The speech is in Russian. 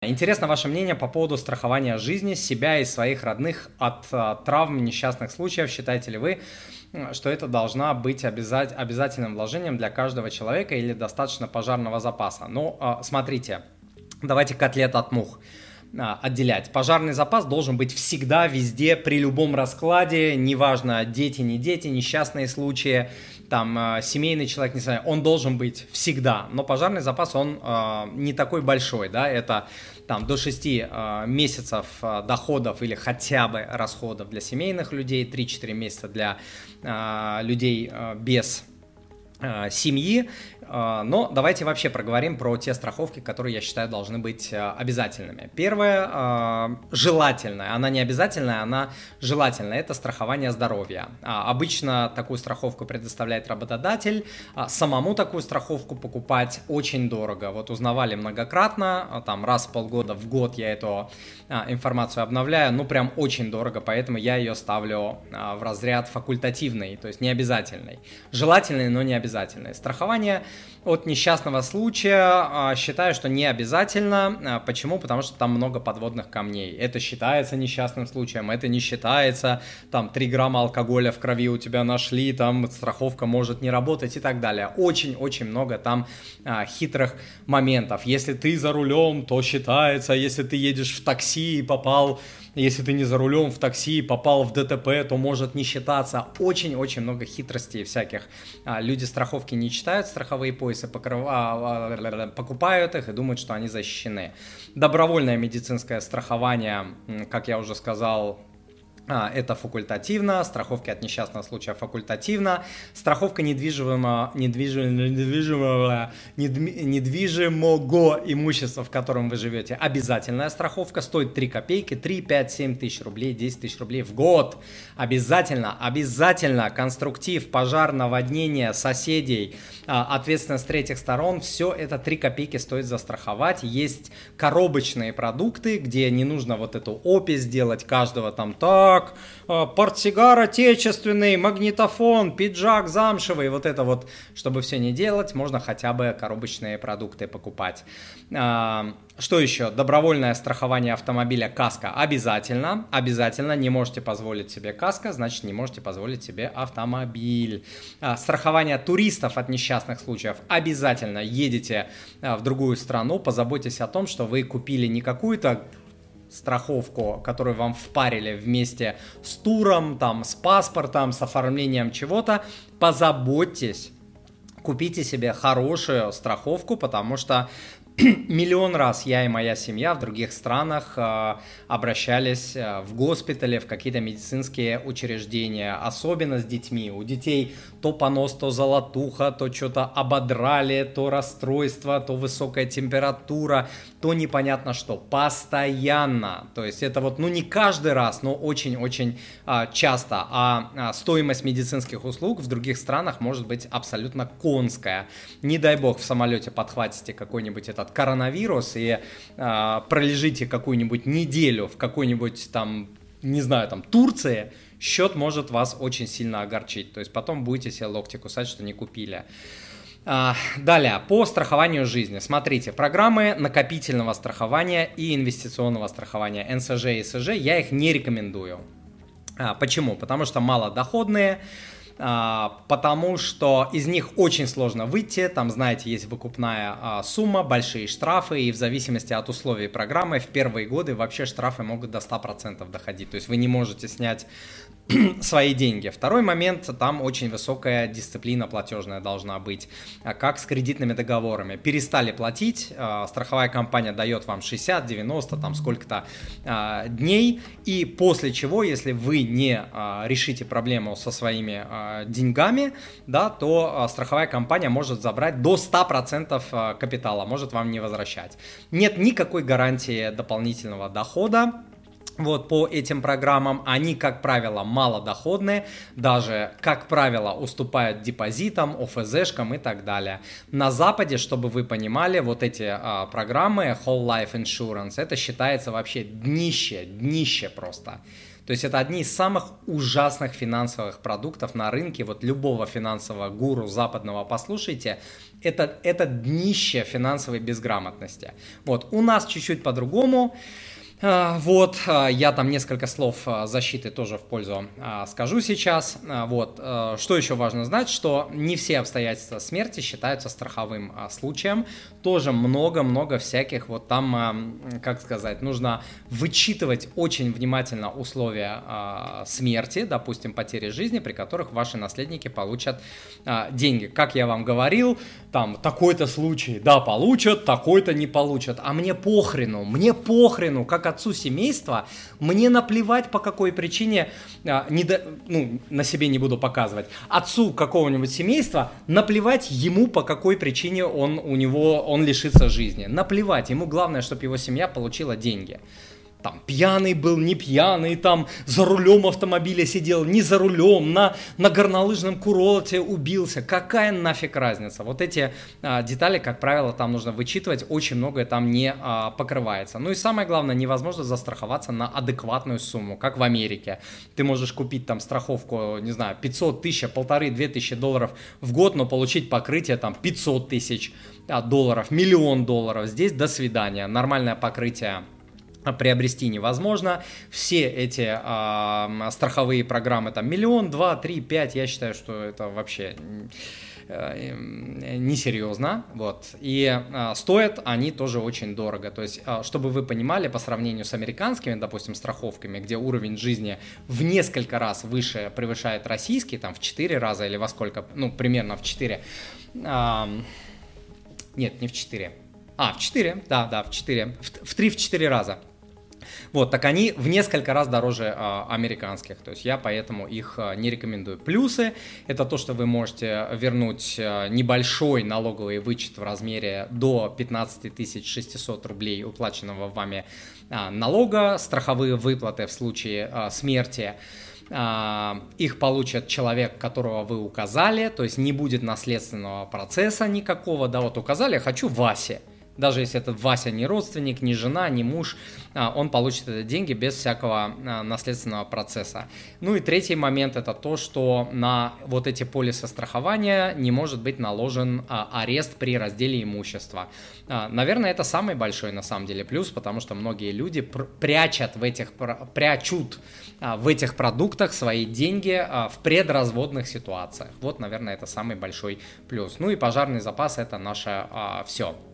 Интересно ваше мнение по поводу страхования жизни себя и своих родных от травм, несчастных случаев. Считаете ли вы, что это должна быть обязательным вложением для каждого человека или достаточно пожарного запаса? Ну, смотрите, давайте котлет от мух отделять. Пожарный запас должен быть всегда, везде, при любом раскладе, неважно, дети, не дети, несчастные случаи, там, семейный человек, не знаю, он должен быть всегда, но пожарный запас, он не такой большой, да, это там до 6 месяцев доходов или хотя бы расходов для семейных людей, 3-4 месяца для людей без семьи. Но давайте вообще проговорим про те страховки, которые, я считаю, должны быть обязательными. Первое, желательное, она не обязательная, она желательная, это страхование здоровья. Обычно такую страховку предоставляет работодатель, самому такую страховку покупать очень дорого. Вот узнавали многократно, там раз в полгода, в год я эту информацию обновляю, ну прям очень дорого, поэтому я ее ставлю в разряд факультативный, то есть не обязательный. Желательный, но не обязательный. Страхование от несчастного случая считаю, что не обязательно. Почему? Потому что там много подводных камней. Это считается несчастным случаем, это не считается. Там 3 грамма алкоголя в крови у тебя нашли, там страховка может не работать и так далее. Очень-очень много там хитрых моментов. Если ты за рулем, то считается. Если ты едешь в такси и попал... Если ты не за рулем в такси и попал в ДТП, то может не считаться. Очень-очень много хитростей всяких. Люди страховки не читают, страховые полисы покупают их и думают, что они защищены. Добровольное медицинское страхование, как я уже сказал, это факультативно, страховки от несчастного случая факультативно, страховка недвижимого имущества, в котором вы живете, обязательная страховка, стоит 3 копейки, 3, 5, 7 тысяч рублей, 10 тысяч рублей в год. Обязательно конструктив, пожар, наводнение, соседей, ответственность третьих сторон, все это 3 копейки стоит застраховать. Есть коробочные продукты, где не нужно вот эту опись делать каждого там так, портсигар отечественный, магнитофон, пиджак замшевый, вот это вот, чтобы все не делать, можно хотя бы коробочные продукты покупать. Что еще? Добровольное страхование автомобиля, каска обязательно, не можете позволить себе каска, значит не можете позволить себе автомобиль. Страхование туристов от несчастных случаев обязательно, едете в другую страну, позаботьтесь о том, что вы купили не какую-то страховку, которую вам впарили вместе с туром, там, с паспортом, с оформлением чего-то, позаботьтесь, купите себе хорошую страховку, потому что миллион раз я и моя семья в других странах обращались в госпитали, в какие-то медицинские учреждения, особенно с детьми. У детей то понос, то золотуха, то что-то ободрали, то расстройство, то высокая температура, то непонятно что. Постоянно. То есть это вот, ну не каждый раз, но очень-очень часто. А стоимость медицинских услуг в других странах может быть абсолютно конская. Не дай бог в самолете подхватите какой-нибудь этот коронавирус и пролежите какую-нибудь неделю в какой-нибудь там, не знаю, там Турции, счет может вас очень сильно огорчить. То есть потом будете себе локти кусать, что не купили. Далее, по страхованию жизни. Смотрите, программы накопительного страхования и инвестиционного страхования НСЖ и СЖ, я их не рекомендую. Почему? Потому что малодоходные, потому что из них очень сложно выйти, там, знаете, есть выкупная сумма, большие штрафы, и в зависимости от условий программы в первые годы вообще штрафы могут до 100% доходить, то есть вы не можете снять свои деньги. Второй момент, там очень высокая дисциплина платежная должна быть, как с кредитными договорами. Перестали платить, страховая компания дает вам 60, 90, там сколько-то дней, и после чего, если вы не решите проблему со своими деньгами, да, то страховая компания может забрать до 100% капитала, может вам не возвращать. Нет никакой гарантии дополнительного дохода. Вот по этим программам, они, как правило, малодоходные, даже, как правило, уступают депозитам, ОФЗшкам и так далее. На Западе, чтобы вы понимали, вот эти программы Whole Life Insurance, это считается вообще днище просто. То есть это одни из самых ужасных финансовых продуктов на рынке, вот любого финансового гуру западного послушайте, это днище финансовой безграмотности. Вот, у нас чуть-чуть по-другому. Вот, я там несколько слов защиты тоже в пользу скажу сейчас. Вот, что еще важно знать, что не все обстоятельства смерти считаются страховым случаем. Тоже много-много всяких, вот там, как сказать, нужно вычитывать очень внимательно условия смерти, допустим, потери жизни, при которых ваши наследники получат деньги. Как я вам говорил, там такой-то случай, да, получат, такой-то не получат. А мне похрену, как отцу семейства, мне наплевать, по какой причине, на себе не буду показывать, отцу какого-нибудь семейства, наплевать ему, по какой причине он лишится жизни. Наплевать, ему главное, чтобы его семья получила деньги. Там пьяный был, не пьяный, там за рулем автомобиля сидел, не за рулем, на горнолыжном курорте убился. Какая нафиг разница? Вот эти детали, как правило, там нужно вычитывать, очень многое там не покрывается. Ну и самое главное, невозможно застраховаться на адекватную сумму, как в Америке. Ты можешь купить там страховку, не знаю, 500 тысяч, 1500-2000 долларов в год, но получить покрытие там 500 тысяч долларов, $1 миллион. Здесь до свидания, нормальное покрытие приобрести невозможно. Все эти страховые программы, там 1, 2, 3, 5, я считаю, что это вообще несерьезно, вот, и стоят они тоже очень дорого, то есть, чтобы вы понимали, по сравнению с американскими, допустим, страховками, где уровень жизни в несколько раз выше превышает российский, там в 4 раза или во сколько, примерно в 4, нет, не в 4, в 4, да, в 4, в 3-4 раза. Вот, так они в несколько раз дороже американских, то есть я поэтому их не рекомендую. Плюсы – это то, что вы можете вернуть небольшой налоговый вычет в размере до 15 600 рублей уплаченного вами налога, страховые выплаты в случае смерти. Их получит человек, которого вы указали, то есть не будет наследственного процесса никакого, да, вот указали, хочу Васе. Даже если этот Вася не родственник, не жена, не муж, он получит эти деньги без всякого наследственного процесса. Ну и третий момент – это то, что на вот эти полисы страхования не может быть наложен арест при разделе имущества. Наверное, это самый большой на самом деле плюс, потому что многие люди прячут в этих продуктах свои деньги в предразводных ситуациях. Вот, наверное, это самый большой плюс. Ну и пожарный запас – это наше все.